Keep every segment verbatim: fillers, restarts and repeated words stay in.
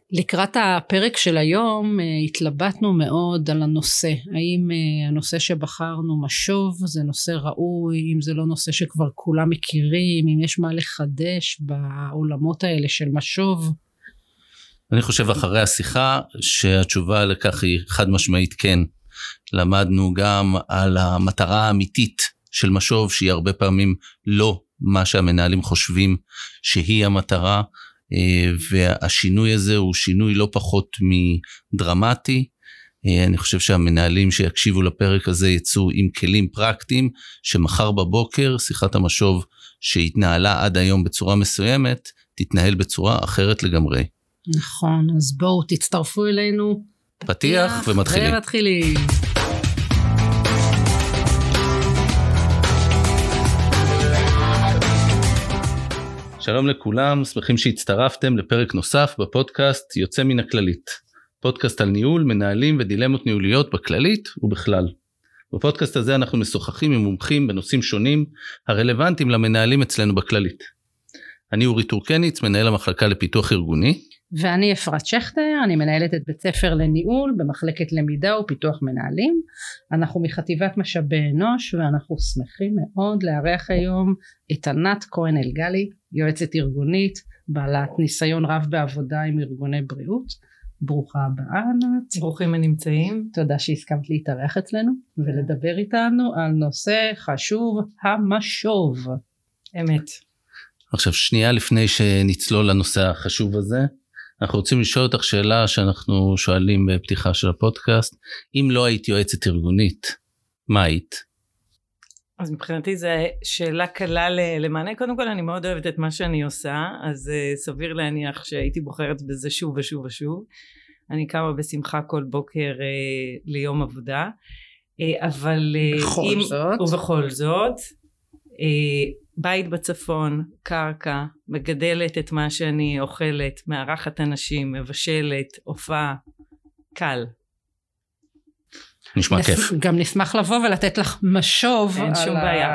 לקראת הפרק של היום התלבטנו מאוד על הנושא, האם הנושא שבחרנו משוב זה נושא ראוי, אם זה לא נושא שכבר כולם מכירים, אם יש מה לחדש בעולמות האלה של משוב. אני חושב אחרי השיחה שהתשובה לכך היא חד משמעית כן. למדנו גם על המטרה האמיתית של משוב, שהיא הרבה פעמים לא מה שהמנהלים חושבים שהיא המטרה, והשינוי הזה הוא שינוי לא פחות מדרמטי. אני חושב שהמנהלים שיקשיבו לפרק הזה יצאו עם כלים פרקטיים, שמחר בבוקר שיחת המשוב שהתנהלה עד היום בצורה מסוימת, תתנהל בצורה אחרת לגמרי. נכון, אז בואו תצטרפו אלינו. פתיח ומתחילים. ומתחילים. שלום לכולם, שמחים שהצטרפתם לפרק נוסף בפודקאסט יוצא מן הכללית. פודקאסט על ניהול, מנהלים ודילמות ניהוליות בכללית ובכלל. בפודקאסט הזה אנחנו משוחחים עם מומחים בנושאים שונים הרלוונטיים למנהלים אצלנו בכללית. אני אורי טורקניץ, מנהל המחלקה לפיתוח ארגוני. ואני אפרת שכטר, אני מנהלת את בית ספר לניהול במחלקת למידה ופיתוח מנהלים. אנחנו מחטיבת משאבי אנוש, ואנחנו שמחים מאוד לארח היום את ענת כהן אלגלי, יועצת ארגונית, בעלת ניסיון רב בעבודה עם ארגוני בריאות. ברוכה הבאה ענת. ברוכים הנמצאים. תודה שהסכמת להתארח אצלנו ולדבר איתנו על נושא חשוב, המשוב. אמת. עכשיו שנייה לפני שנצלול לנושא החשוב הזה, אנחנו רוצים לשאול אותך שאלה שאנחנו שואלים בפתיחה של הפודקאסט. אם לא היית יועצת ארגונית, מה היית? אז מבחינתי זו שאלה קלה למענה. קודם כל אני מאוד אוהבת את מה שאני עושה, אז סביר להניח שהייתי בוחרת בזה שוב ושוב ושוב. אני קמה בשמחה כל בוקר ליום עבודה, אבל בכל אם, זאת. ובכל זאת, בית בצפון, קרקע, מגדלת את מה שאני אוכלת, מארחת אנשים, מבשלת, הופעה, קל. נשמע כיף. גם נשמח לבוא ולתת לך משוב. אין שום בעיה.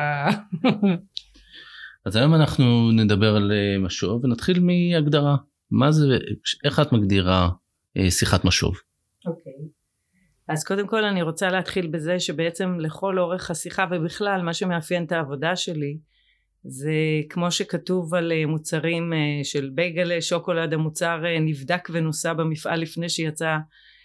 אז היום אנחנו נדבר על משוב ונתחיל מהגדרה. מה זה, איך את מגדירה שיחת משוב? אוקיי. אז קודם כל אני רוצה להתחיל בזה שבעצם לכל אורך השיחה ובכלל מה שמאפיין את העבודה שלי, זה כמו שכתוב על מוצרים של בייגלה, שוקולד, המוצר נבדק ונוסע במפעל לפני שיצא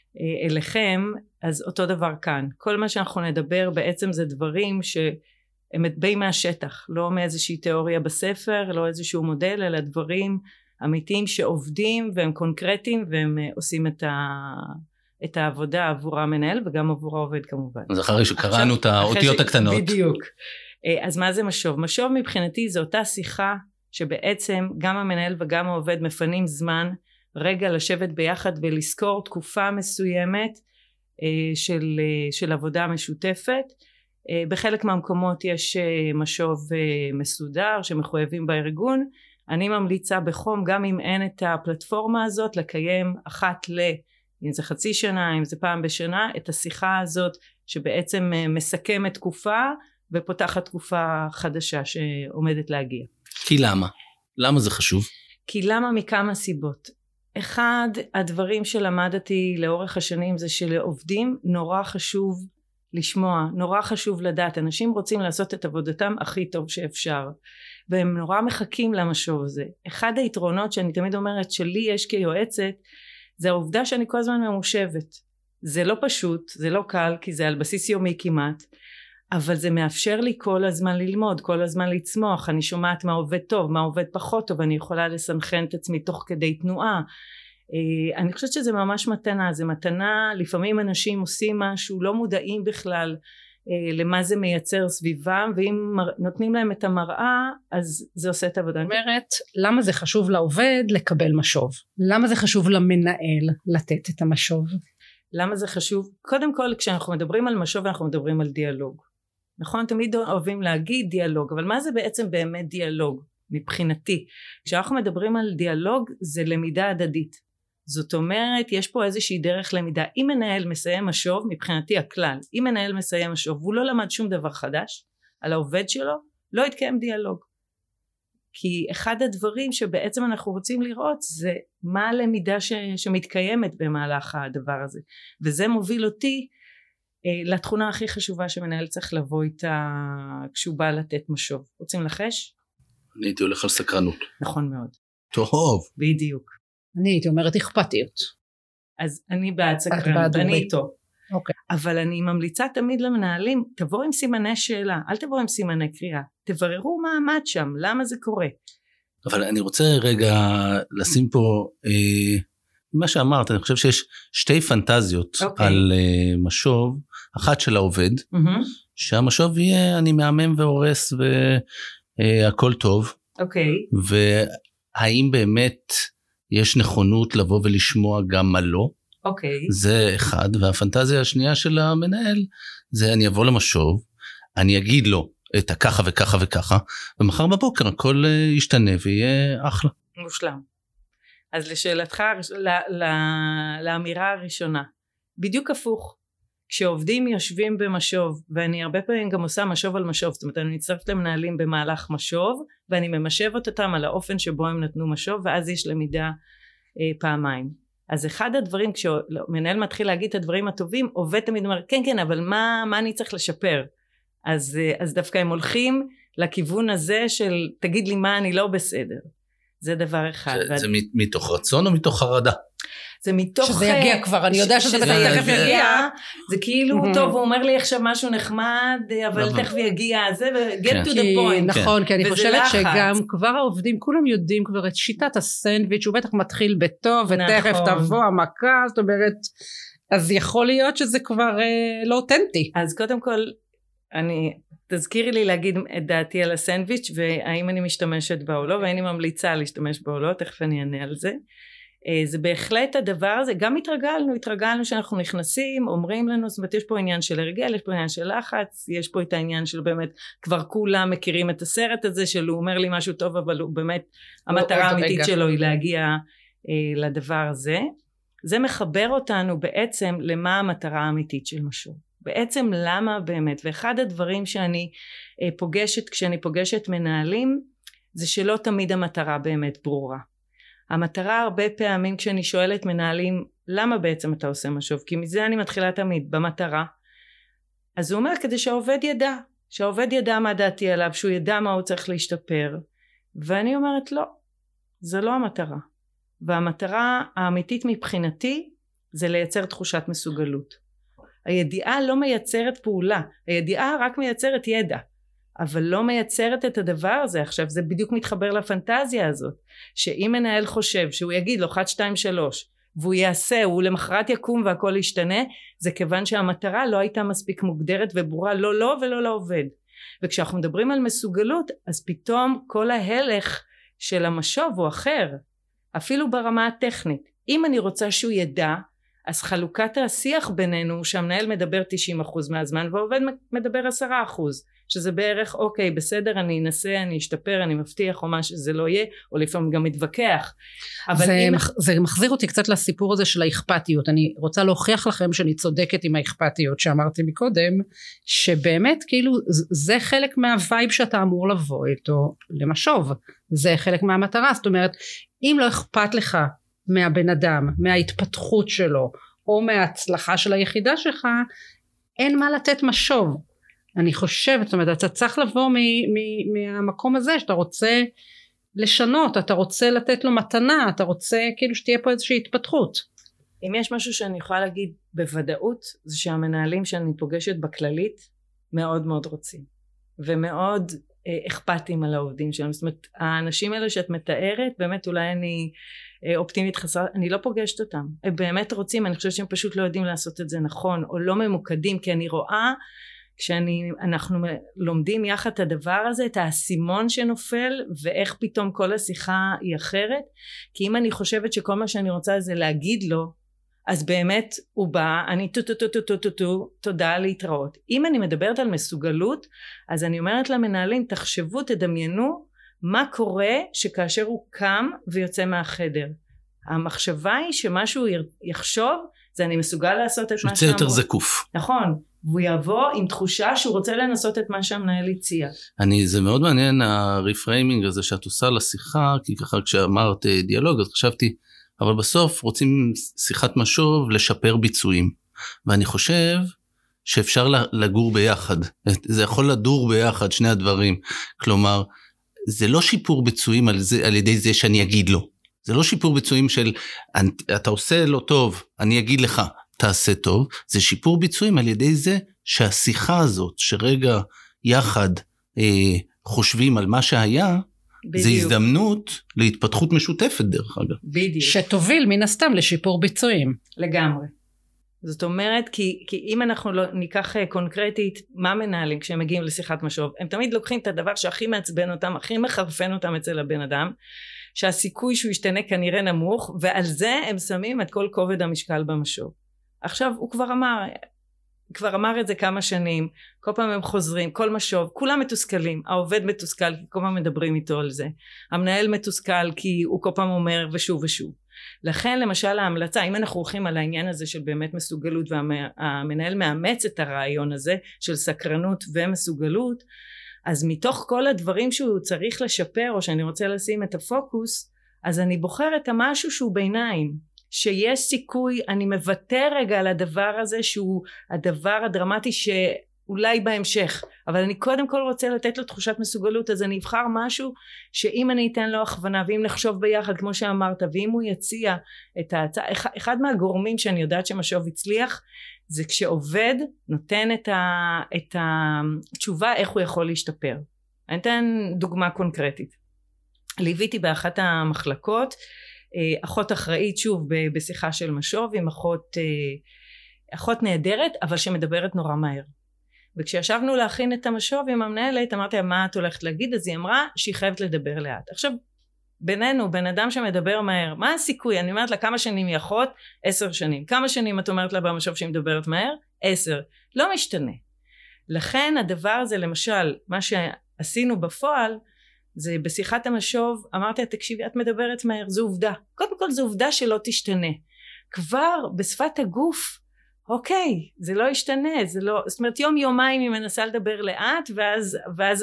אליכם, אז אותו דבר כאן. כל מה שאנחנו נדבר בעצם זה דברים שהם באים מהשטח, לא מאיזושהי תיאוריה בספר, לא איזשהו מודל, אלא דברים אמיתיים שעובדים והם קונקרטיים והם עושים את ה... את העבודה עבור המנהל וגם עבור העובד כמובן. אז אחרי שקראנו את האותיות הקטנות. בדיוק. אז מה זה משוב? משוב מבחינתי זו אותה שיחה שבעצם גם המנהל וגם העובד מפנים זמן רגע לשבת ביחד ולזכור תקופה מסוימת של, של עבודה משותפת. בחלק מהמקומות יש משוב מסודר שמחויבים בארגון. אני ממליצה בחום גם אם אין את הפלטפורמה הזאת לקיים אחת ל... אם זה חצי שנה, אם זה פעם בשנה, את השיחה הזאת שבעצם מסכמת תקופה ופותחת תקופה חדשה שעומדת להגיע. כי למה? למה זה חשוב? כי למה מכמה סיבות. אחד הדברים שלמדתי לאורך השנים זה שלעובדים נורא חשוב לשמוע, נורא חשוב לדעת. אנשים רוצים לעשות את עבודתם הכי טוב שאפשר, והם נורא מחכים למשוב הזה. אחד היתרונות שאני תמיד אומרת שלי יש כיועצת, זה העובדה שאני כל הזמן ממושבת. זה לא פשוט, זה לא קל, כי זה על בסיס יומי כמעט, אבל זה מאפשר לי כל הזמן ללמוד, כל הזמן לצמוח. אני שומעת מה עובד טוב, מה עובד פחות טוב, אני יכולה לסנכרן את עצמי תוך כדי תנועה. אני חושבת שזה ממש מתנה, זה מתנה. לפעמים אנשים עושים משהו, לא מודעים בכלל למה זה מייצר סביבם, ואם נותנים להם את המראה, אז זה עושה את העבודה. אומרת, למה זה חשוב לעובד לקבל משוב? למה זה חשוב למנהל לתת את המשוב? למה זה חשוב? קודם כל, כשאנחנו מדברים על משוב, אנחנו מדברים על דיאלוג. נכון? תמיד אוהבים להגיד דיאלוג, אבל מה זה בעצם באמת דיאלוג? מבחינתי, כשאנחנו מדברים על דיאלוג, זה למידה הדדית. זאת אומרת, יש פה איזושהי דרך למידה. אם מנהל מסיים משוב, מבחינתי הכלל, אם מנהל מסיים משוב, והוא לא למד שום דבר חדש על העובד שלו, לא יתקיים דיאלוג. כי אחד הדברים שבעצם אנחנו רוצים לראות זה מה הלמידה ש, שמתקיימת במהלך הדבר הזה, וזה מוביל אותי אה, לתכונה הכי חשובה שמנהל צריך לבוא איתה כשהוא בא לתת משוב. רוצים לחש? אני הייתי הולך על סקרנות. נכון מאוד. טוב. בדיוק. אני הייתי אומרת אכפתיות. אז אני בעד סקרנות, אני איתו. אוקיי. אבל אני ממליצה תמיד למנהלים, תבואו עם סימני שאלה, אל תבואו עם סימני קריאה, תבררו מה עמד שם, למה זה קורה. אבל אני רוצה רגע לשים פה, אה, מה שאמרת, אני חושב שיש שתי פנטזיות okay. על אה, משוב, אחת של העובד, mm-hmm. שהמשוב יהיה אני מאמם והורס והכל אה, טוב, אוקיי. Okay. והאם באמת יש נכונות לבוא ולשמוע גם מה לא, אוקיי. Okay. זה אחד, והפנטזיה השנייה של המנהל, זה אני אבוא למשוב, אני אגיד לו את הככה וככה וככה, ומחר בבוקר הכל ישתנה ויהיה אחלה. מושלם. אז לשאלתך, לאמירה הראשונה, בדיוק הפוך, כשעובדים יושבים במשוב, ואני הרבה פעמים גם עושה משוב על משוב, זאת אומרת אני מצטרפת למנהלים במהלך משוב, ואני ממשבת אותם על האופן שבו הם נתנו משוב, ואז יש למידה אה, פעמיים. אז אחד הדברים, כשמנהל מתחיל להגיד את הדברים הטובים, עובד תמיד אומר, כן כן, אבל מה, מה אני צריך לשפר? אז, אז דווקא הם הולכים לכיוון הזה של, תגיד לי מה אני לא בסדר. זה דבר אחד. זה, ואת... זה מתוך רצון או מתוך חרדה? זה מתוך... שזה יגיע כבר, אני יודע שזה תכף יגיע. זה כאילו, טוב, הוא אומר לי עכשיו משהו נחמד, אבל תכף יגיע, זה, get to the point. נכון, כי אני חושבת שגם כבר העובדים, כולם יודעים כבר את שיטת הסנדוויץ', הוא בטח מתחיל בטוב, ותכף תבוא המכה, זאת אומרת, אז יכול להיות שזה כבר לא אותנטי. אז קודם כל, אני... תזכירי לי להגיד את דעתי על הסנדוויץ' והאם אני משתמשת בה או לא, והאם אני ממליצה להשתמש בה או לא, תכף אני אענה על זה. זה בהחלט הדבר הזה, גם התרגלנו, התרגלנו שאנחנו נכנסים, אומרים לנו, זאת אומרת יש פה עניין של הרגל, יש פה עניין של לחץ, יש פה את העניין של באמת, כבר כולם מכירים את הסרט הזה, שהוא אומר לי משהו טוב, אבל הוא באמת, המטרה האמיתית שלו היא להגיע אה, לדבר הזה. זה מחבר אותנו בעצם למה המטרה האמיתית של משהו. בעצם למה באמת, ואחד הדברים שאני אה, פוגשת, כשאני פוגשת מנהלים, זה שלא תמיד המטרה באמת ברורה. המטרה הרבה פעמים כשאני שואלת מנהלים, למה בעצם אתה עושה משוב? כי מזה אני מתחילה תמיד, במטרה. אז הוא אומר, כדי שהעובד ידע, שהעובד ידע מה דעתי עליו, שהוא ידע מה הוא צריך להשתפר. ואני אומרת, לא, זה לא המטרה. והמטרה האמיתית מבחינתי, זה לייצר תחושת מסוגלות. הידיעה לא מייצרת פעולה, הידיעה רק מייצרת ידע. אבל לא מייצרת את הדבר הזה. עכשיו זה בדיוק מתחבר לפנטזיה הזאת, שאם מנהל חושב שהוא יגיד לו אחת שתיים שלוש והוא יעשה, הוא למחרת יקום והכל ישתנה, זה כיוון שהמטרה לא הייתה מספיק מוגדרת וברורה, לא לא ולא לעובד. וכשאנחנו מדברים על מסוגלות, אז פתאום כל ההלך של המשוב הוא אחר, אפילו ברמה הטכנית. אם אני רוצה שהוא ידע, אז חלוקת השיח בינינו שהמנהל מדבר תשעים אחוז מהזמן והעובד מדבר עשרה אחוז, שזה בערך אוקיי בסדר, אני אנסה, אני אשתפר, אני מבטיח או מה שזה לא יהיה, או לפעמים גם מתווכח. אבל זה, אם... מח... זה מחזיר אותי קצת לסיפור הזה של האכפתיות. אני רוצה להוכיח לכם שאני צודקת עם האכפתיות שאמרתי מקודם, שבאמת כאילו זה חלק מהווייב שאתה אמור לבוא איתו למשוב, זה חלק מהמטרה. זאת אומרת אם לא אכפת לך מהבן אדם, מההתפתחות שלו או מההצלחה של היחידה שלך, אין מה לתת משוב. אני חושבת, זאת אומרת, אתה צריך לבוא מ- מ- מהמקום הזה שאתה רוצה לשנות, אתה רוצה לתת לו מתנה, אתה רוצה כאילו שתהיה פה איזושהי התפתחות. אם יש משהו שאני יכולה להגיד בוודאות, זה שהמנהלים שאני פוגשת בכללית מאוד מאוד רוצים, ומאוד אה, אכפתים על העובדים שלהם. זאת אומרת, האנשים האלה שאת מתארת, באמת אולי אני אה, אופטימית חסר, אני לא פוגשת אותם. הם באמת רוצים, אני חושבת שהם פשוט לא יודעים לעשות את זה נכון, או לא ממוקדים, כי אני רואה, כשאנחנו לומדים יחד את הדבר הזה, את האסימון שנופל, ואיך פתאום כל השיחה היא אחרת, כי אם אני חושבת שכל מה שאני רוצה זה להגיד לו, אז באמת הוא בא, אני טו טו טו טו טו טו טו, תודה להתראות. אם אני מדברת על מסוגלות, אז אני אומרת למנהלים, תחשבו, תדמיינו, מה קורה שכאשר הוא קם ויוצא מהחדר. המחשבה היא שמשהו יחשוב, זה אני מסוגל לעשות את מה שאמרו. שיוצא יותר זקוף. נכון. והוא יבוא עם תחושה שהוא רוצה לנסות את מה שהמנהל הציע. אני, זה מאוד מעניין הרפריימינג הזה שאת עושה לשיחה, כי ככה כשאמרת דיאלוג, אז חשבתי, אבל בסוף רוצים שיחת משוב לשפר ביצועים, ואני חושב שאפשר לגור ביחד, זה יכול לדור ביחד, שני הדברים, כלומר, זה לא שיפור ביצועים על, זה, על ידי זה שאני אגיד לו, זה לא שיפור ביצועים של, אתה עושה לא טוב, אני אגיד לך, תעשה טוב, זה שיפור ביצועים על ידי זה שהשיחה הזאת, שרגע יחד אה, חושבים על מה שהיה, בדיוק. זה הזדמנות להתפתחות משותפת דרך אגב. בדיוק. שתוביל מן הסתם לשיפור ביצועים. לגמרי. זאת אומרת, כי, כי אם אנחנו לא ניקח קונקרטית, מה מנהלים כשהם מגיעים לשיחת משוב? הם תמיד לוקחים את הדבר שהכי מעצבן אותם, הכי מחרפן אותם אצל הבן אדם, שהסיכוי שהוא ישתנה כנראה נמוך, ועל זה הם שמים את כל כובד המשקל במשוב. עכשיו, הוא כבר אמר, כבר אמר את זה כמה שנים, כל פעם הם חוזרים, כל משוב, כולם מתוסכלים, העובד מתוסכל, כי כל פעם מדברים איתו על זה, המנהל מתוסכל, כי הוא כל פעם אומר ושוב ושוב. לכן למשל ההמלצה, אם אנחנו הולכים על העניין הזה של באמת מסוגלות, והמנהל מאמץ את הרעיון הזה של סקרנות ומסוגלות, אז מתוך כל הדברים שהוא צריך לשפר, או שאני רוצה לשים את הפוקוס, אז אני בוחרת את המשהו שהוא ביניים, שיש סיכוי, אני מוותר רגע על הדבר הזה, שהוא הדבר הדרמטי שאולי בהמשך, אבל אני קודם כל רוצה לתת לו תחושת מסוגלות, אז אני אבחר משהו שאם אני אתן לו הכוונה, ואם נחשוב ביחד כמו שאמרת, ואם הוא יציע את ההצעה, אחד מהגורמים שאני יודעת שמשוב הצליח, זה כשעובד נותן את, ה, את התשובה איך הוא יכול להשתפר. אני אתן דוגמה קונקרטית. ליוויתי באחת המחלקות, אחות אחראית שוב בשיחה של משוב עם אחות, אחות נהדרת אבל שמדברת נורא מהר, וכשישבנו להכין את המשוב עם המנהלת אמרתי מה את הולכת להגיד, אז היא אמרה שהיא חייבת לדבר לאט. עכשיו בינינו, בן אדם שמדבר מהר, מה הסיכוי? אני אומרת לה כמה שנים היא אחות? עשר שנים. כמה שנים את אומרת לה במשוב שהיא מדברת מהר? עשר. לא משתנה. לכן הדבר הזה למשל מה שעשינו בפועל, זה בשיחת המשוב, אמרתי, תקשיבי, את מדברת מהר, זו עובדה. קודם כל זו עובדה שלא תשתנה. כבר בשפת הגוף, אוקיי, זה לא ישתנה, זה לא, זאת אומרת יום יומיים היא מנסה לדבר לאט, ואז, ואז זה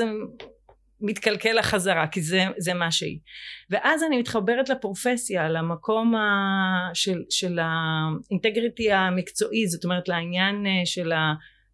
מתקלקל לחזרה, כי זה, זה מה שהיא. ואז אני מתחברת לפרופסיה, למקום ה, של, של האינטגריטי המקצועי, זאת אומרת לעניין של ה,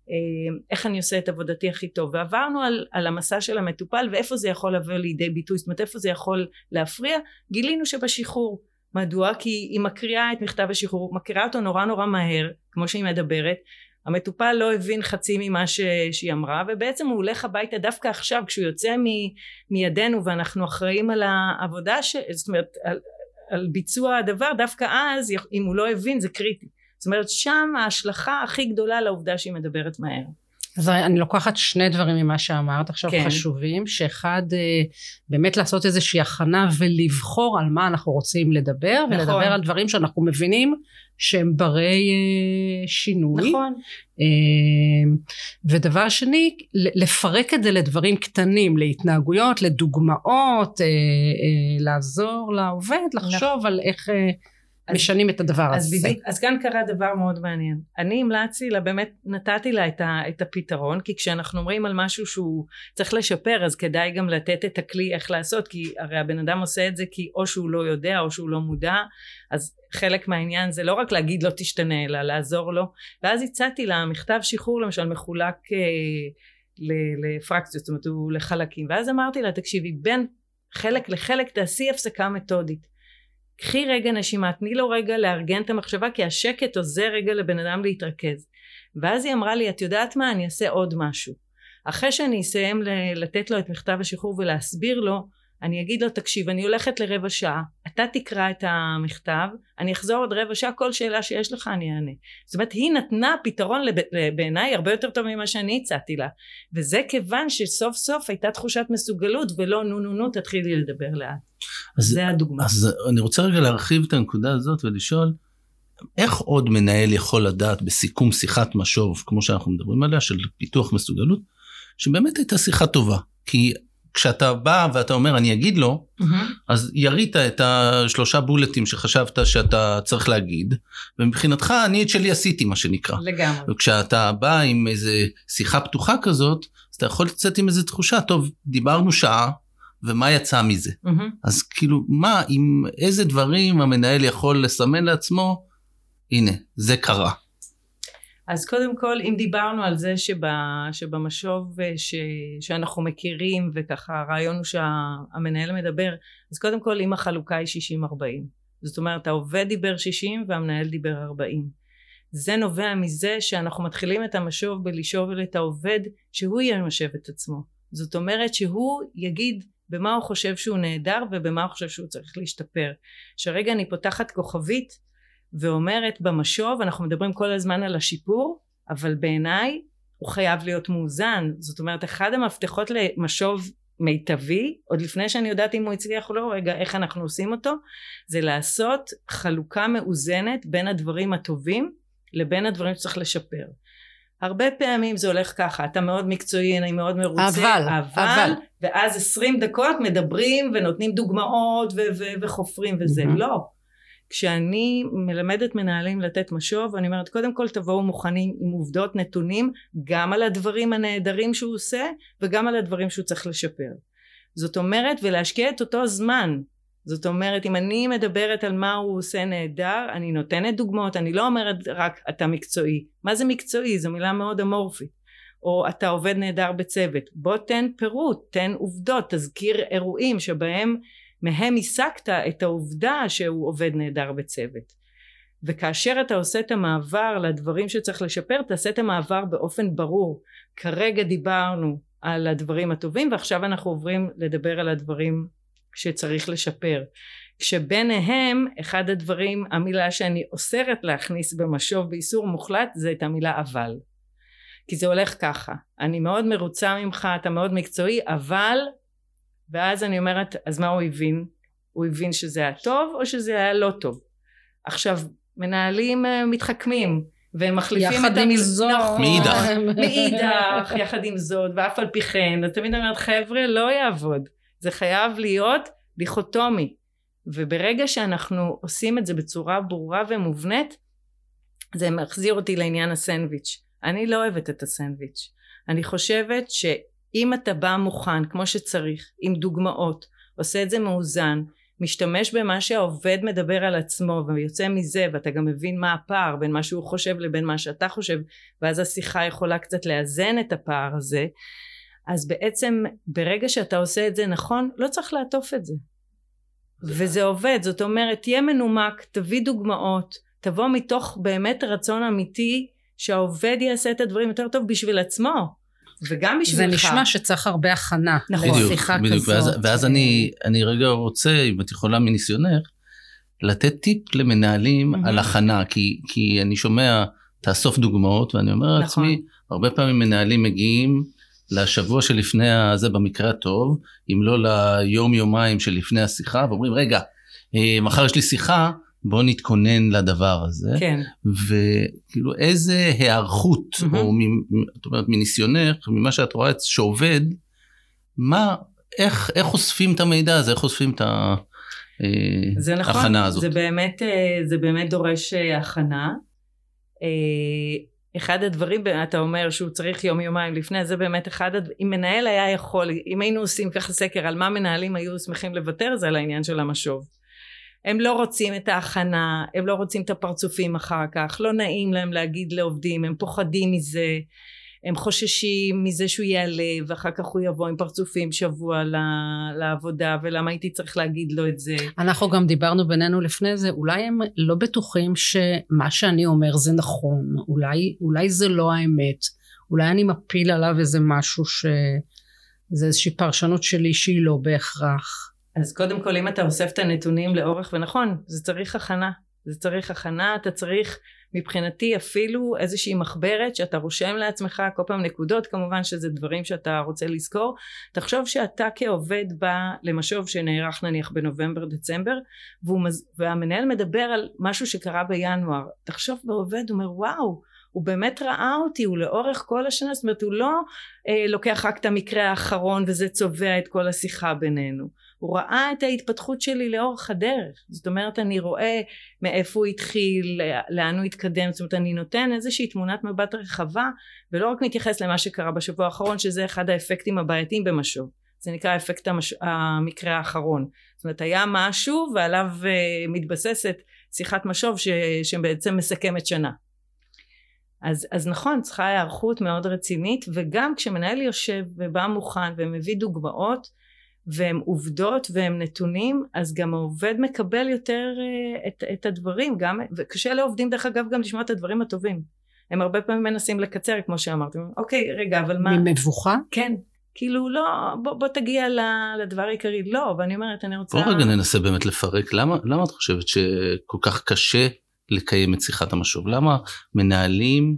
איך אני עושה את עבודתי הכי טוב, ועברנו על, על המסע של המטופל ואיפה זה יכול לבוא לידי ביטוי, זאת אומרת איפה זה יכול להפריע. גילינו שבשחרור. מדוע? כי היא מקריאה את מכתב השחרור, מקריאה אותו נורא נורא מהר כמו שהיא מדברת, המטופל לא הבין חצי ממה ש... שהיא אמרה, ובעצם הוא הולך הביתה דווקא עכשיו כשהוא יוצא מ... מידינו ואנחנו אחראים על העבודה ש... זאת אומרת על, על ביצוע הדבר, דווקא אז אם הוא לא הבין זה קריטי. זאת אומרת שם ההשלכה הכי גדולה לעובדה שהיא מדברת מהר. אז אני לוקחת שני דברים ממה שאמרת עכשיו כן. חשובים, שאחד באמת לעשות איזושהי הכנה ולבחור על מה אנחנו רוצים לדבר, נכון. ולדבר על דברים שאנחנו מבינים שהם ברי שינוי. נכון. ודבר שני, לפרק את זה לדברים קטנים, להתנהגויות, לדוגמאות, לעזור לעובד, לחשוב נכון. על איך... משנים את הדבר אז הזה. בדיוק, אז כאן קרה דבר מאוד מעניין. אני המלצתי לה, באמת נתתי לה את, ה, את הפתרון, כי כשאנחנו אומרים על משהו שהוא צריך לשפר, אז כדאי גם לתת את הכלי איך לעשות, כי הרי הבן אדם עושה את זה כי או שהוא לא יודע או שהוא לא מודע, אז חלק מהעניין זה לא רק להגיד לא תשתנה, אלא לעזור לו. ואז הצעתי לה, מכתב שחרור למשל מחולק אה, לפרקציות, זאת אומרת הוא לחלקים, ואז אמרתי לה, תקשיבי, בין חלק לחלק תעשי הפסקה מתודית. קחי רגע נשימה, תני לו רגע לארגן את המחשבה, כי השקט עוזר רגע לבן אדם להתרכז. ואז היא אמרה לי, את יודעת מה, אני אעשה עוד משהו. אחרי שאני אסיים לתת לו את מכתב השחרור ולהסביר לו, אני אגיד לו, תקשיב, אני הולכת לרבע שעה, אתה תקרא את המכתב, אני אחזור עוד רבע שעה, כל שאלה שיש לך אני אענה. זאת אומרת, היא נתנה פתרון בעיניי הרבה יותר טוב ממה שאני הצעתי לה, וזה כיוון שסוף סוף הייתה תחושת מסוגלות, ולא נו נו נו תתחילי לדבר לאט. אז, זה הדוגמה. אז אני רוצה רגע להרחיב את הנקודה הזאת ולשאול, איך עוד מנהל יכול לדעת בסיכום שיחת משוב, כמו שאנחנו מדברים עליה, של פיתוח מסוגלות, שבאמת הייתה שיחה טובה, כי כשאתה בא ואתה אומר אני אגיד לו, mm-hmm. אז ירית את השלושה בולטים שחשבת שאתה צריך להגיד, ומבחינתך אני את שלי עשיתי מה שנקרא. לגמרי. וכשאתה בא עם איזה שיחה פתוחה כזאת, אז אתה יכול לצאת עם איזה תחושה, טוב, דיברנו שעה, ומה יצא מזה? Mm-hmm. אז כאילו, מה, עם איזה דברים המנהל יכול לסמן לעצמו, הנה, זה קרה. אז קודם כל, אם דיברנו על זה שבמשוב ש, שאנחנו מכירים, וככה הרעיון הוא שהמנהל מדבר, אז קודם כל, אם החלוקה היא שישים ארבעים. זאת אומרת, העובד דיבר שישים והמנהל דיבר ארבעים. זה נובע מזה שאנחנו מתחילים את המשוב בלשאוב את העובד, שהוא ימשב את עצמו. זאת אומרת שהוא יגיד במה הוא חושב שהוא נהדר, ובמה הוא חושב שהוא צריך להשתפר. שרגע אני פותחת כוכבית, ואומרת במשוב, אנחנו מדברים כל הזמן על השיפור, אבל בעיניי הוא חייב להיות מאוזן. זאת אומרת, אחד המפתחות למשוב מיטבי, עוד לפני שאני יודעת אם הוא הצליח או לא, רגע, איך אנחנו עושים אותו, זה לעשות חלוקה מאוזנת בין הדברים הטובים, לבין הדברים שצריך לשפר. הרבה פעמים זה הולך ככה, אתה מאוד מקצועי, אני מאוד מרוצה, אבל, אבל, אבל. ואז עשרים דקות מדברים ונותנים דוגמאות ו- ו- וחופרים וזה, mm-hmm. לא. כשאני מלמדת מנהלים לתת משוב, אני אומרת קודם כל תבואו מוכנים עם עובדות נתונים, גם על הדברים הנהדרים שהוא עושה, וגם על הדברים שהוא צריך לשפר. זאת אומרת, ולהשקיע את אותו זמן. זאת אומרת, אם אני מדברת על מה הוא עושה נהדר, אני נותנת דוגמאות, אני לא אומרת רק אתה מקצועי. מה זה מקצועי? זו מילה מאוד אמורפית. או אתה עובד נהדר בצוות. בוא תן פירוט, תן עובדות, תזכיר אירועים שבהם מהם הסקת את העובדה שהוא עובד נהדר בצוות. וכאשר אתה עושה את המעבר לדברים שצריך לשפר, תעשה את המעבר באופן ברור. כרגע דיברנו על הדברים הטובים, ועכשיו אנחנו עוברים לדבר על הדברים שצריך לשפר. כשביניהם, אחד הדברים, המילה שאני אוסרת להכניס במשוב באיסור מוחלט, זה את המילה אבל. כי זה הולך ככה, אני מאוד מרוצה ממך, אתה מאוד מקצועי, אבל... ואז אני אומרת, אז מה הוא הבין? הוא הבין שזה היה טוב או שזה היה לא טוב? עכשיו, מנהלים מתחכמים והם מחליפים את המילה. יחד עם מאידך. מאידך, יחד עם זאת, ואף על פי כן. אז תמיד אומרת, חבר'ה, לא יעבוד. זה חייב להיות דיכוטומי. וברגע שאנחנו עושים את זה בצורה ברורה ומובנית, זה מחזיר אותי לעניין הסנדוויץ'. אני לא אוהבת את הסנדוויץ'. אני חושבת ש... אם אתה בא מוכן כמו שצריך, עם דוגמאות, עושה את זה מאוזן, משתמש במה שהעובד מדבר על עצמו ויוצא מזה, ואתה גם מבין מה הפער בין מה שהוא חושב לבין מה שאתה חושב, ואז השיחה יכולה קצת לאזן את הפער הזה, אז בעצם ברגע שאתה עושה את זה נכון, לא צריך לעטוף את זה. וזה עובד, זאת אומרת, תהיה מנומק, תביא דוגמאות, תבוא מתוך באמת רצון אמיתי, שהעובד יעשה את הדברים יותר טוב בשביל עצמו. וגם בשבילך. זה נשמע שצריך הרבה הכנה. נכון. לשיחה כזאת. ואז, ואז אני, אני רגע רוצה, אם את יכולה מניסיונך, לתת טיפ למנהלים mm-hmm. על הכנה, כי, כי אני שומע, תאסוף דוגמאות, ואני אומר נכון. לעצמי, הרבה פעמים מנהלים מגיעים לשבוע שלפני הזה במקרה הטוב, אם לא ליום יומיים שלפני השיחה, ואומרים, רגע, מחר יש לי שיחה, בוא נתכונן לדבר הזה. כן. וכאילו איזה הערכות, mm-hmm. או זאת אומרת, מניסיונך, ממה שאת רואה שעובד, מה, איך, איך אוספים את המידע הזה, איך אוספים את ההכנה זה נכון, הזאת? זה באמת, זה באמת דורש הכנה. אחד הדברים, אתה אומר שהוא צריך יום יומיים לפני, זה באמת אחד, אם מנהל היה יכול, אם היינו עושים ככה סקר על מה מנהלים היו שמחים לוותר, זה על העניין של המשוב. הם לא רוצים את ההכנה, הם לא רוצים את הפרצופים אחר כך, לא נעים להם להגיד לעובדים, הם פוחדים מזה, הם חוששים מזה שהוא יעלה, ואחר כך הוא יבוא עם פרצופים שבוע לעבודה, ולמה הייתי צריך להגיד לו את זה. אנחנו גם דיברנו בינינו לפני זה, אולי הם לא בטוחים שמה שאני אומר זה נכון, אולי, אולי זה לא האמת, אולי אני מפיל עליו איזה משהו שזה איזושהי פרשנות שלי שהיא לא בהכרח. אז קודם כל אם אתה אוסף את הנתונים לאורך ונכון, זה צריך הכנה, זה צריך הכנה, אתה צריך מבחינתי אפילו איזושהי מחברת שאתה רושם לעצמך כל פעם נקודות, כמובן שזה דברים שאתה רוצה לזכור, תחשוב שאתה כעובד בא למשוב שנערך נניח בנובמבר דצמבר, והוא, והמנהל מדבר על משהו שקרה בינואר, תחשוב בעובד, הוא אומר וואו, הוא באמת ראה אותי, הוא לאורך כל השנה, זאת אומרת הוא לא אה, לוקח רק את המקרה האחרון וזה צובע את כל השיחה בינינו, הוא ראה את ההתפתחות שלי לאורך הדרך, זאת אומרת אני רואה מאיפה הוא התחיל, לאן הוא התקדם, זאת אומרת אני נותן איזושהי תמונת מבט רחבה, ולא רק מתייחס למה שקרה בשבוע האחרון, שזה אחד האפקטים הבעייתיים במשוב, זה נקרא אפקט המש... המקרה האחרון, זאת אומרת היה משהו ועליו uh, מתבססת שיחת משוב ש... שבעצם מסכמת שנה. אז, אז נכון, צריכה הערכות מאוד רצינית, וגם כשמנהל יושב ובא מוכן ומביא דוגמאות והם עובדות והם נתונים, אז גם העובד מקבל יותר uh, את, את הדברים, גם, וקשה לעובדים דרך אגב גם לשמוע את הדברים הטובים, הם הרבה פעמים מנסים לקצר כמו שאמרתי, אוקיי רגע אבל מה... ממבוכה? כן. כאילו לא, בוא, בוא תגיע לדבר העיקרי, לא, ואני אומרת, אני רוצה... בוא רגע ננסה באמת לפרק, למה, למה את חושבת שכל כך קשה לקיים את שיחת המשוב? למה מנהלים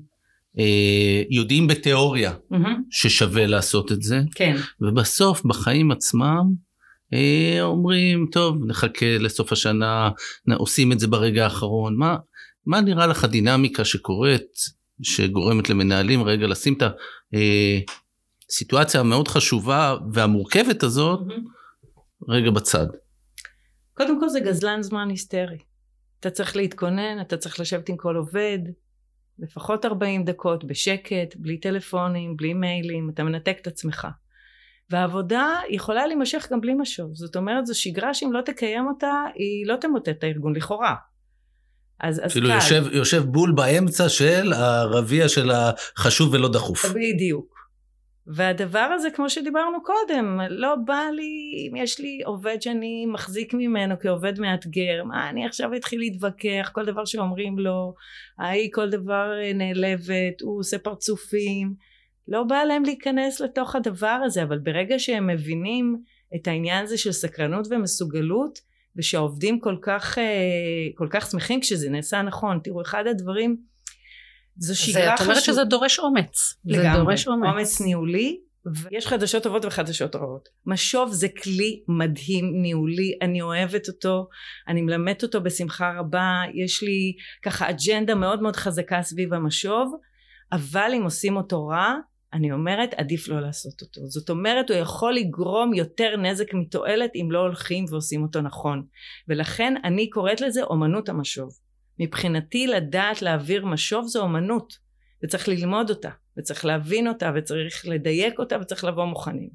אה, יודעים בתיאוריה mm-hmm. ששווה לעשות את זה, כן. ובסוף בחיים עצמם אה, אומרים, טוב, נחכה לסוף השנה, עושים את זה ברגע האחרון, מה, מה נראה לך דינמיקה שקורית, שגורמת למנהלים רגע לשים את ה... אה, סיטואציה המאוד חשובה והמורכבת הזאת, mm-hmm. רגע בצד. קודם כל זה גזלן זמן היסטרי. אתה צריך להתכונן, אתה צריך לשבת עם כל עובד, לפחות ארבעים דקות בשקט, בלי טלפונים, בלי מיילים, אתה מנתק את עצמך. והעבודה יכולה להימשך גם בלי משוב. זאת אומרת, זו שגרה שאם לא תקיים אותה, היא לא תמוטט את הארגון לכאורה. אז, אז כאילו יושב, יושב בול באמצע של הרביע של החשוב ולא דחוף. בדיוק. והדבר הזה כמו שדיברנו קודם, לא בא לי, אם יש לי עובד שאני מחזיק ממנו כעובד מאתגר, מה אני עכשיו אתחיל להתווכח, כל דבר שאומרים לו, היי כל דבר נעלבת, הוא עושה פרצופים, לא בא להם להיכנס לתוך הדבר הזה, אבל ברגע שהם מבינים את העניין הזה של סקרנות ומסוגלות, ושהעובדים כל כך, כל כך שמחים כשזה נעשה נכון, תראו אחד הדברים, זו שגרה חשוב. את אומרת שזה דורש אומץ. לגמרי, זה דורש אומץ. אומץ ניהולי, ויש חדשות טובות וחדשות רעות. משוב זה כלי מדהים ניהולי, אני אוהבת אותו, אני מלמדת אותו בשמחה רבה, יש לי ככה אג'נדה מאוד מאוד חזקה סביב המשוב, אבל אם עושים אותו רע, אני אומרת עדיף לא לעשות אותו. זאת אומרת הוא יכול לגרום יותר נזק מתועלת אם לא הולכים ועושים אותו נכון. ולכן אני קוראת לזה אומנות המשוב. מבחינתי לדעת להעביר משוב זו אומנות, וצריך ללמוד אותה, וצריך להבין אותה, וצריך לדייק אותה, וצריך לבוא מוכנים.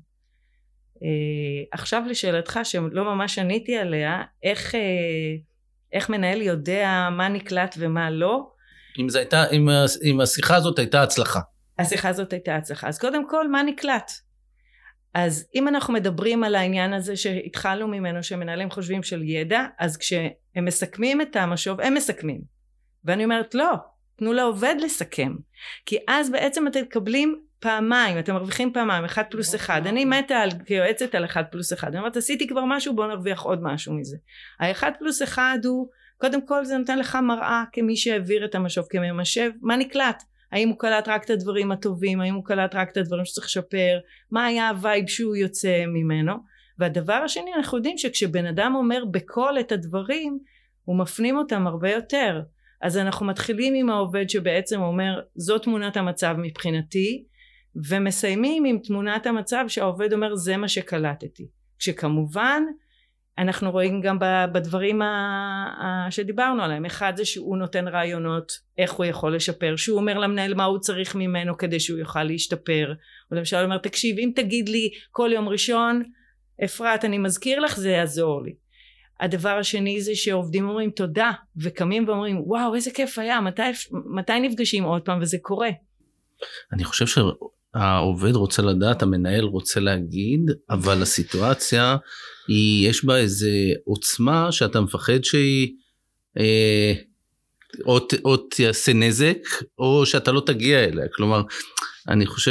עכשיו לשאלתך שלא ממש עניתי עליה, איך, איך מנהל יודע מה נקלט ומה לא? אם, זה הייתה, אם, אם השיחה הזאת הייתה הצלחה. השיחה הזאת הייתה הצלחה. אז קודם כל מה נקלט? אז אם אנחנו מדברים על העניין הזה שהתחלנו ממנו שמנהלים חושבים של ידע, אז כשהם מסכמים את המשוב הם מסכמים, ואני אומרת לא, תנו לעובד לסכם, כי אז בעצם אתם מקבלים פעמיים, אתם מרוויחים פעמיים, אחד פלוס אחד. אני מתה על, כיועצת על אחד פלוס אחד, אני אומרת עשיתי כבר משהו, בוא נרוויח עוד משהו מזה. האחד פלוס אחד הוא קודם כל זה נותן לך מראה כמי שהעביר את המשוב כממשב, מה נקלט? האם הוא קלט רק את הדברים הטובים, האם הוא קלט רק את הדברים שצריך לשפר, מה היה הווייב שהוא יוצא ממנו. והדבר השני, אנחנו יודעים שכשבן אדם אומר בכל את הדברים, הוא מפנים אותם הרבה יותר. אז אנחנו מתחילים עם העובד שבעצם אומר, זו תמונת המצב מבחינתי, ומסיימים עם תמונת המצב שהעובד אומר, זה מה שקלטתי. כשכמובן, אנחנו רואים גם בדברים שדיברנו עליהם, אחד זה שהוא נותן רעיונות איך הוא יכול לשפר, שהוא אומר למנהל מה הוא צריך ממנו כדי שהוא יוכל להשתפר, או למשל הוא אומר תקשיב אם תגיד לי כל יום ראשון אפרת אני מזכיר לך זה יעזור לי. הדבר השני זה שעובדים אומרים תודה וקמים ואומרים וואו איזה כיף היה, מתי, מתי נפגשים עוד פעם, וזה קורה. אני חושב שהעובד רוצה לדעת, המנהל רוצה להגיד, אבל הסיטואציה היא, יש בה איזה עוצמה שאתה מפחד שהיא אה, או, או תעשה נזק, או שאתה לא תגיע אליה. כלומר, אני חושב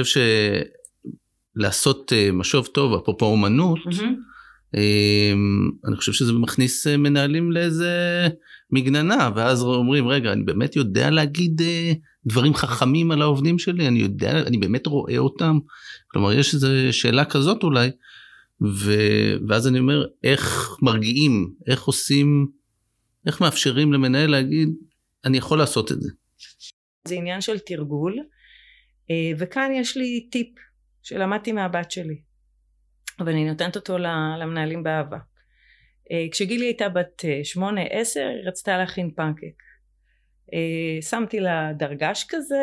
שלעשות משוב טוב, אפרופו אומנות, mm-hmm. אה, אני חושב שזה מכניס מנהלים לאיזה מגננה, ואז אומרים, רגע, אני באמת יודע להגיד אה, דברים חכמים על העובדים שלי, אני יודע, אני באמת רואה אותם. כלומר, יש איזו שאלה כזאת אולי, ו... ואז אני אומר, איך מרגיעים, איך עושים, איך מאפשרים למנהל להגיד, אני יכול לעשות את זה. זה עניין של תרגול, וכאן יש לי טיפ שלמדתי מהבת שלי, אבל אני נותנת אותו למנהלים באהבה. כשגילי הייתה בת שמונה עשר, היא רצתה להכין פנקק. שמתי לה דרגש כזה,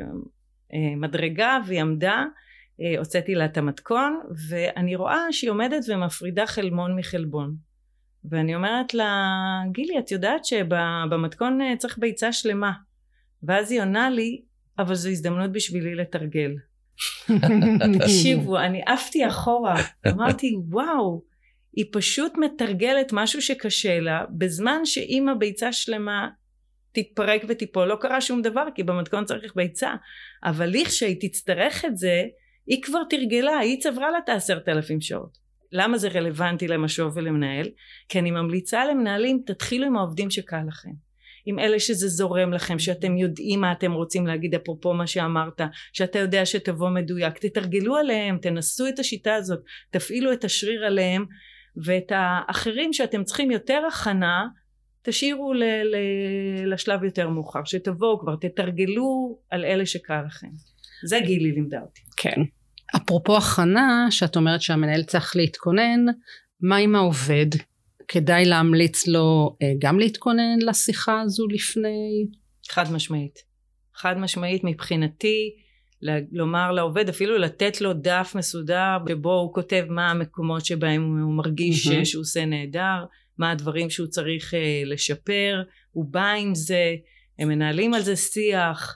מדרגה, והיא עמדה, הוצאתי לה את המתכון, ואני רואה שהיא עומדת ומפרידה חלבון מחלבון. ואני אומרת לה, גילי, את יודעת שבמתכון צריך ביצה שלמה. ואז היא עונה לי, אבל זו הזדמנות בשבילי לתרגל. תקשיבו, אני עפתי אחורה, אמרתי וואו, היא פשוט מתרגלת משהו שקשה לה, בזמן שאם הביצה שלמה תתפרק ותיפול, לא קרה שום דבר, כי במתכון צריך ביצה, אבל לכשהיא תצטרך את זה, היא כבר תרגלה, היא צברה לה את עשרת אלפים שעות. למה זה רלוונטי למשוב ולמנהל? כי אני ממליצה למנהלים, תתחילו עם העובדים שקל לכם. עם אלה שזה זורם לכם, שאתם יודעים מה אתם רוצים להגיד, אפרופו מה שאמרת, שאתה יודע שתבוא מדויק, תתרגלו עליהם, תנסו את השיטה הזאת, תפעילו את השריר עליהם, ואת האחרים שאתם צריכים יותר הכנה, תשאירו ל- ל- לשלב יותר מאוחר, שתבואו כבר, תתרגלו על אלה שקל לכם. זה גילי לימדה אותי. כן. אפרופו הכנה, שאת אומרת שהמנהל צריך להתכונן, מה עם העובד? כדאי להמליץ לו גם להתכונן לשיחה הזו לפני? חד משמעית. חד משמעית מבחינתי, לומר לעובד, אפילו לתת לו דף מסודר, שבו הוא כותב מה המקומות שבהם הוא מרגיש mm-hmm. שהוא עושה נהדר, מה הדברים שהוא צריך לשפר, הוא בא עם זה, הם מנהלים על זה שיח,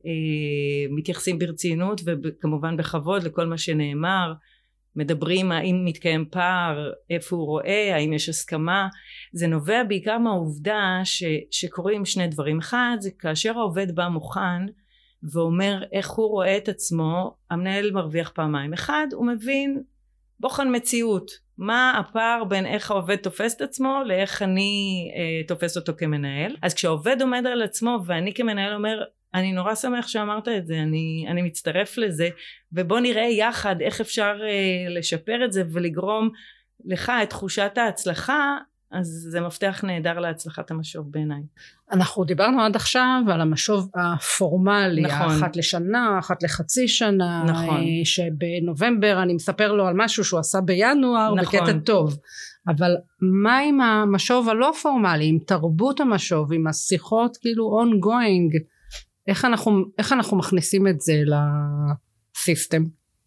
מתייחסים ברצינות וכמובן בכבוד לכל מה שנאמר, מדברים האם מתקיים פער, איפה הוא רואה, האם יש הסכמה. זה נובע בעיקר מהעובדה ש, שקורים שני דברים. אחד, זה כאשר העובד בא מוכן ואומר איך הוא רואה את עצמו, המנהל מרוויח פעמיים. אחד, הוא מבין בוחן מציאות, מה הפער בין איך העובד תופס את עצמו לאיך אני אה, תופס אותו כמנהל. אז כשהעובד עומד על עצמו ואני כמנהל אומר, אני נורא שמח שאמרת את זה, אני, אני מצטרף לזה, ובוא נראה יחד איך אפשר אה, לשפר את זה ולגרום לך את תחושת ההצלחה, אז זה מפתח נהדר להצלחת המשוב בעיניי. אנחנו דיברנו עד עכשיו על המשוב הפורמלי, נכון. אחת לשנה, אחת לחצי שנה, נכון. שבנובמבר אני מספר לו על משהו שהוא עשה בינואר, נכון. בקטע טוב. אבל מה עם המשוב הלא פורמלי, עם תרבות המשוב, עם השיחות כאילו ongoing, איך אנחנו, איך אנחנו מכניסים את זה לסיסטם?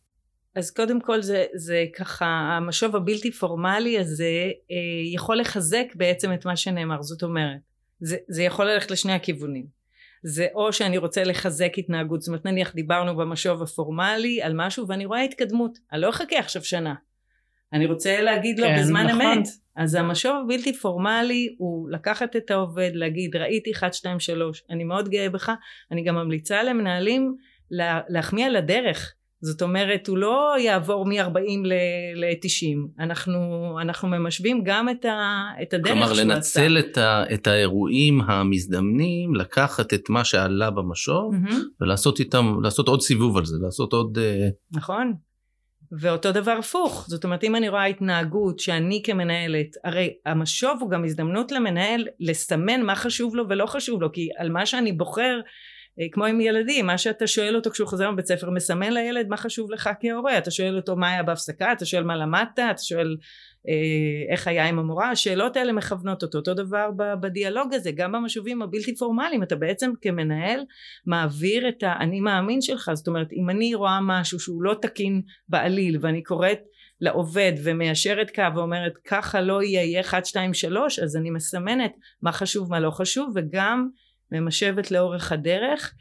אז קודם כל זה, זה ככה, המשוב הבלתי פורמלי הזה אה, יכול לחזק בעצם את מה שנאמר. זאת אומרת, זה, זה יכול ללכת לשני הכיוונים. זה או שאני רוצה לחזק התנהגות, זאת אומרת נניח דיברנו במשוב הפורמלי על משהו ואני רואה התקדמות, אני לא אחכה עכשיו שנה, אני רוצה להגיד לו כן, בזמן נכון. אמת. אז המשוב הבלתי פורמלי הוא לקחת את העובד, להגיד ראיתי אחת, שתיים, שלוש, אני מאוד גאה בך. אני גם ממליצה למנהלים לה, להחמיא על הדרך. זאת אומרת הוא לא יעבור מ-ארבעים ל-תשעים, אנחנו, אנחנו ממשווים גם את, ה, את הדרך שהוא עשה. כלומר לנצל את, ה, את האירועים המזדמנים, לקחת את מה שעלה במשוב, mm-hmm. ולעשות איתם, לעשות עוד סיבוב על זה, לעשות עוד... נכון. ואותו דבר הפוך, זאת אומרת אם אני רואה התנהגות שאני כמנהלת, הרי המשוב הוא גם הזדמנות למנהל לסמן מה חשוב לו ולא חשוב לו, כי על מה שאני בוחר, כמו עם ילדים, מה שאתה שואל אותו כשהוא חוזר מבית ספר, מסמן לילד מה חשוב לך כהורה, אתה שואל אותו מה היה בהפסקה, אתה שואל מה למדת, אתה שואל אה, איך היה עם המורה, השאלות האלה מכוונות אותו. אותו דבר בדיאלוג הזה, גם במשובים הבלתי פורמליים, אתה בעצם כמנהל מעביר את האני מאמין שלך. זאת אומרת אם אני רואה משהו שהוא לא תקין בעליל ואני קוראת לעובד ומיישרת קו ואומרת ככה לא יהיה, יהיה אחת, שתיים, שלוש, אז אני מסמנת מה חשוב מה לא חשוב, וגם ממשבת לאורך הדרך.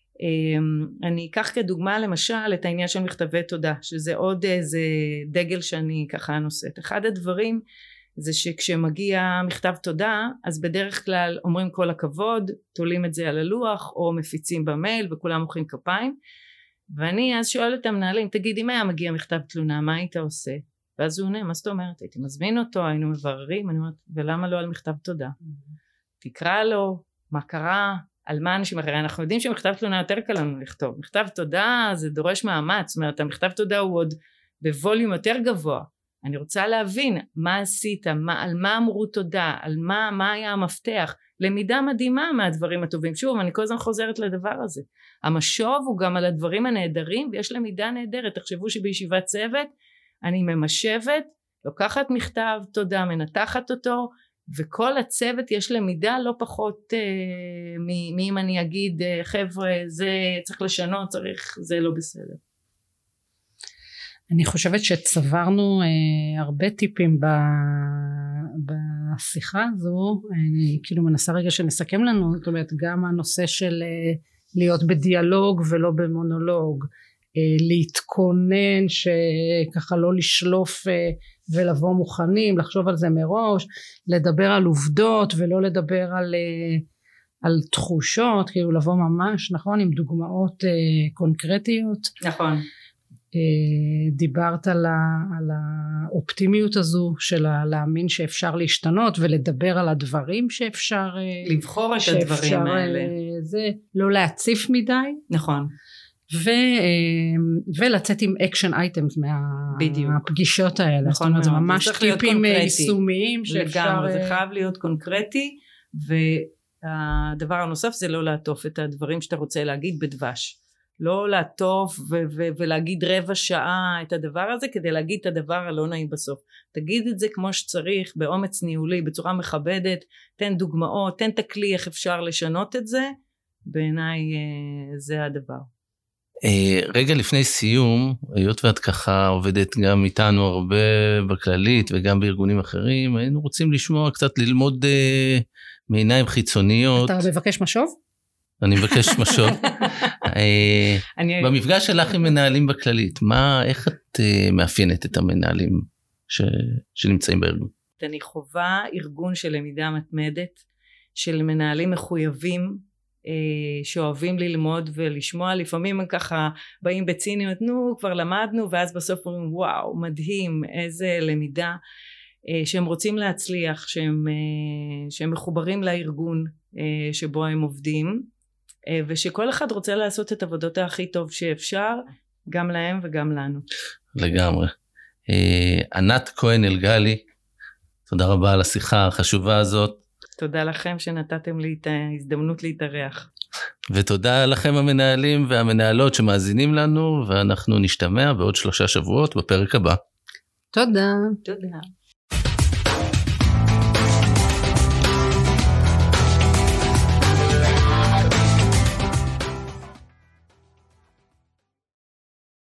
אני אקח כדוגמה למשל את העניין של מכתבי תודה, שזה עוד איזה דגל שאני ככה נושאת. אחד הדברים זה שכשמגיע מכתב תודה, אז בדרך כלל אומרים כל הכבוד, תולים את זה על הלוח או מפיצים במייל וכולם מוחאים כפיים, ואני אז שואלת את המנהלים, תגיד אם היה מגיע מכתב תלונה מה היית עושה? ואז הוא עונה, מה זאת אומרת? הייתי מזמין אותו, היינו מבררים. אני אומרת, ולמה לא על מכתב תודה? תקרא לו מה קרה, על מה אנשים אחרים. אנחנו יודעים שמכתב תלונה יותר קל לנו לכתוב, מכתב תודה זה דורש מאמץ, זאת אומרת המכתב תודה הוא עוד בווליום יותר גבוה, אני רוצה להבין מה עשית, מה, על מה אמרו תודה, על מה, מה היה המפתח. למידה מדהימה מהדברים הטובים. שוב, אני כל הזמן חוזרת לדבר הזה. המשוב הוא גם על הדברים הנהדרים, ויש למידה נהדרת. תחשבו שבישיבת צוות אני ממשבת, לוקחת מכתב תודה, מנתחת אותו, וכל הצוות יש למידה לא פחות אה, מאם אני אגיד אה, חבר'ה זה צריך לשנות, צריך, זה לא בסדר. אני חושבת שצברנו אה, הרבה טיפים ב, בשיחה הזו. אני כאילו מנסה רגע שנסכם לנו, זאת אומרת גם הנושא של אה, להיות בדיאלוג ולא במונולוג, אה, להתכונן שככה לא לשלוף אה, ולבוא מוכנים, לחשוב על זה מראש, לדבר על עובדות ולא לדבר על, אה, על תחושות, כאילו לבוא ממש נכון עם דוגמאות אה, קונקרטיות. נכון. דיברת על, ה, על האופטימיות הזו של להאמין שאפשר להשתנות ולדבר על הדברים שאפשר לבחור את שאפשר, הדברים האלה, זה לא להציף מדי, נכון, ו, ולצאת עם אקשן אייטמס מהפגישות האלה, נכון, זאת אומרת זה ממש טיפים יישומיים שאפשר, זה חייב להיות קונקרטי. והדבר הנוסף זה לא לעטוף את הדברים שאתה רוצה להגיד בדבש, לא לעטוף ו- ו- ולהגיד רבע שעה את הדבר הזה כדי להגיד את הדבר הלא נעים בסוף. תגיד את זה כמו שצריך, באומץ ניהולי, בצורה מכבדת, תן דוגמאות, תן את הכלי איך אפשר לשנות את זה. בעיניי זה הדבר. רגע לפני סיום, היות ואת ככה עובדת גם איתנו הרבה בכללית וגם בארגונים אחרים, היינו רוצים לשמוע קצת, ללמוד מעיניים חיצוניות. אתה מבקש משוב? אני מבקש משוב. במפגש שלך עם מנהלים בכללית, מה, איך את מאפיינת את המנהלים שנמצאים בארגון? אני חובה ארגון של למידה מתמדת, של מנהלים מחויבים, שאוהבים ללמוד ולשמוע. לפעמים הם ככה באים בציניות, נו כבר למדנו, ואז בסוף אומרים וואו מדהים איזה למידה, שהם רוצים להצליח, שהם, שהם מחוברים לארגון שבו הם עובדים, ושכל אחד רוצה לעשות את עבודתה הכי טוב שאפשר, גם להם וגם לנו. לגמרי. ענת כהן אלגלי, תודה רבה על השיחה החשובה הזאת. תודה לכם שנתתם לי את ההזדמנות להתארח. ותודה לכם המנהלים והמנהלות שמאזינים לנו, ואנחנו נשתמע בעוד שלושה שבועות בפרק הבא. תודה. תודה.